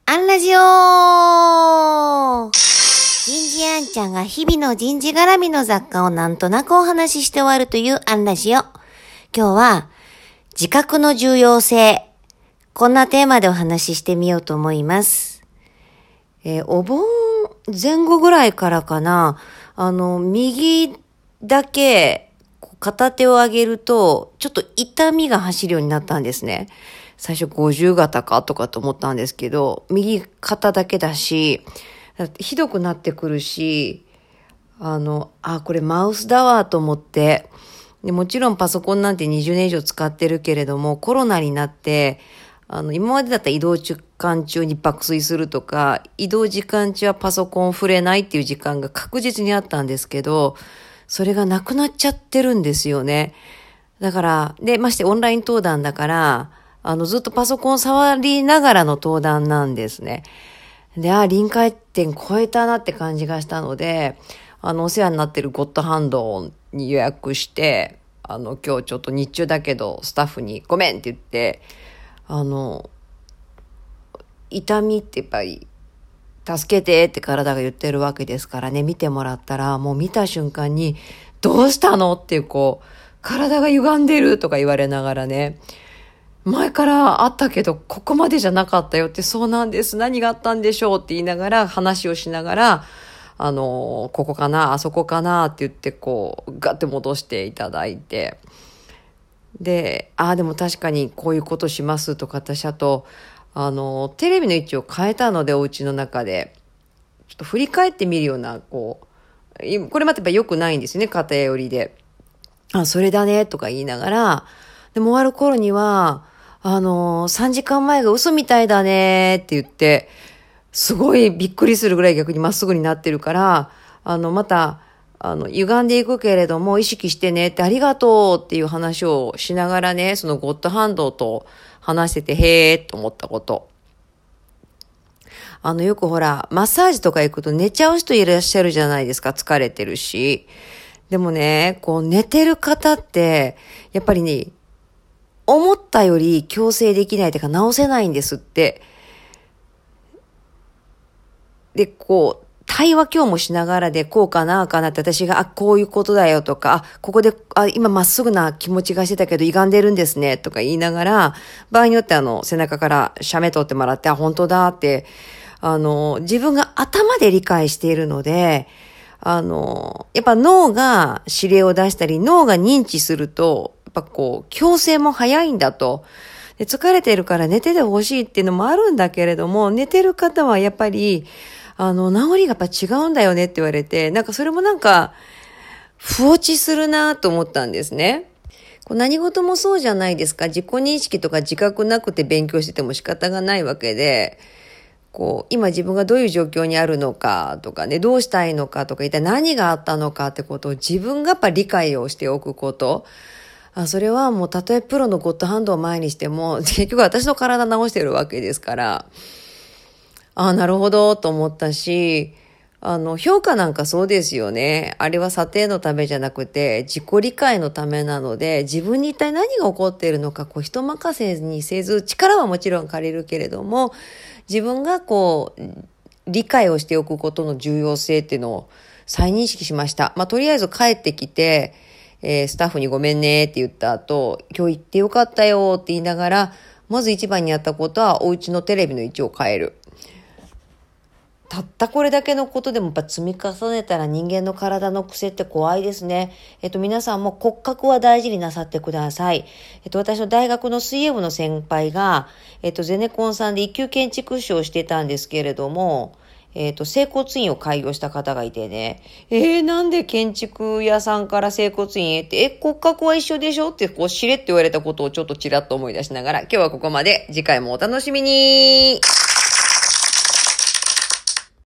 アンラジオ人事アンちゃんが日々の人事絡みの雑貨をなんとなくお話しして終わるというアンラジオ。今日は自覚の重要性。こんなテーマでお話ししてみようと思います。お盆前後ぐらいからかな、右だけ片手を上げるとちょっと痛みが走るようになったんですね。最初50型かとかと思ったんですけど、右肩だけだし、ひどくなってくるし、これマウスだわと思って、でもちろんパソコンなんて20年以上使ってるけれども、コロナになって、今までだったら移動時間中に爆睡するとか、移動時間中はパソコンを触れないっていう時間が確実にあったんですけど、それがなくなっちゃってるんですよね。だから、で、ましてオンライン登壇だから、ずっとパソコンを触りながらの登壇なんですね。で、臨界点超えたなって感じがしたので、お世話になってるゴッドハンドに予約して、今日ちょっと日中だけど、スタッフにごめんって言って、痛みってやっぱり、助けてって体が言ってるわけですからね、見てもらったら、もう見た瞬間に、どうしたのっていう体が歪んでるとか言われながらね、前からあったけど、ここまでじゃなかったよって、そうなんです。何があったんでしょうって言いながら、話をしながら、ここかな、あそこかなって言ってガッて戻していただいて。で、でも確かにこういうことしますとか、私あと、テレビの位置を変えたので、お家の中で。ちょっと振り返ってみるような、これまたやっぱ良くないんですよね、片寄りで。それだね、とか言いながら、でも終わる頃には、3時間前が嘘みたいだねって言って、すごいびっくりするぐらい逆にまっすぐになってるから、また、歪んでいくけれども意識してねってありがとうっていう話をしながらね、そのゴッドハンドと話してて、へーって思ったこと。よくほら、マッサージとか行くと寝ちゃう人いらっしゃるじゃないですか、疲れてるし。でもね、寝てる方って、やっぱりね、思ったより矯正できないというか治せないんですって。で、対話今日もしながらで、こうかな、かなって私が、こういうことだよとか、ここで、今まっすぐな気持ちがしてたけど、歪んでるんですね、とか言いながら、場合によって背中から写メ撮ってもらって、本当だって、自分が頭で理解しているので、やっぱ脳が指令を出したり、脳が認知すると、やっぱ矯正も早いんだと。で、疲れてるから寝ててほしいっていうのもあるんだけれども、寝てる方はやっぱり、治りがやっぱ違うんだよねって言われて、それも不落ちするなと思ったんですね。何事もそうじゃないですか。自己認識とか自覚なくて勉強してても仕方がないわけで、今自分がどういう状況にあるのかとかね、どうしたいのかとか、一体何があったのかってことを自分がやっぱ理解をしておくこと。それはもうたとえプロのゴッドハンドを前にしても、結局私の体直してるわけですから、なるほどと思ったし、評価なんかそうですよね。あれは査定のためじゃなくて、自己理解のためなので、自分に一体何が起こっているのか、人任せにせず、力はもちろん借りるけれども、自分が理解をしておくことの重要性っていうのを再認識しました。とりあえず帰ってきて、スタッフにごめんねって言った後、今日行ってよかったよって言いながら、まず一番にやったことは、お家のテレビの位置を変える。たったこれだけのことでもやっぱ積み重ねたら人間の体の癖って怖いですね。皆さんも骨格は大事になさってください。私の大学の水泳部の先輩が、ゼネコンさんで一級建築士をしてたんですけれども、整骨院を開業した方がいてね、なんで建築屋さんから整骨院へって、骨格は一緒でしょってしれって言われたことをちょっとちらっと思い出しながら、今日はここまで。次回もお楽しみに。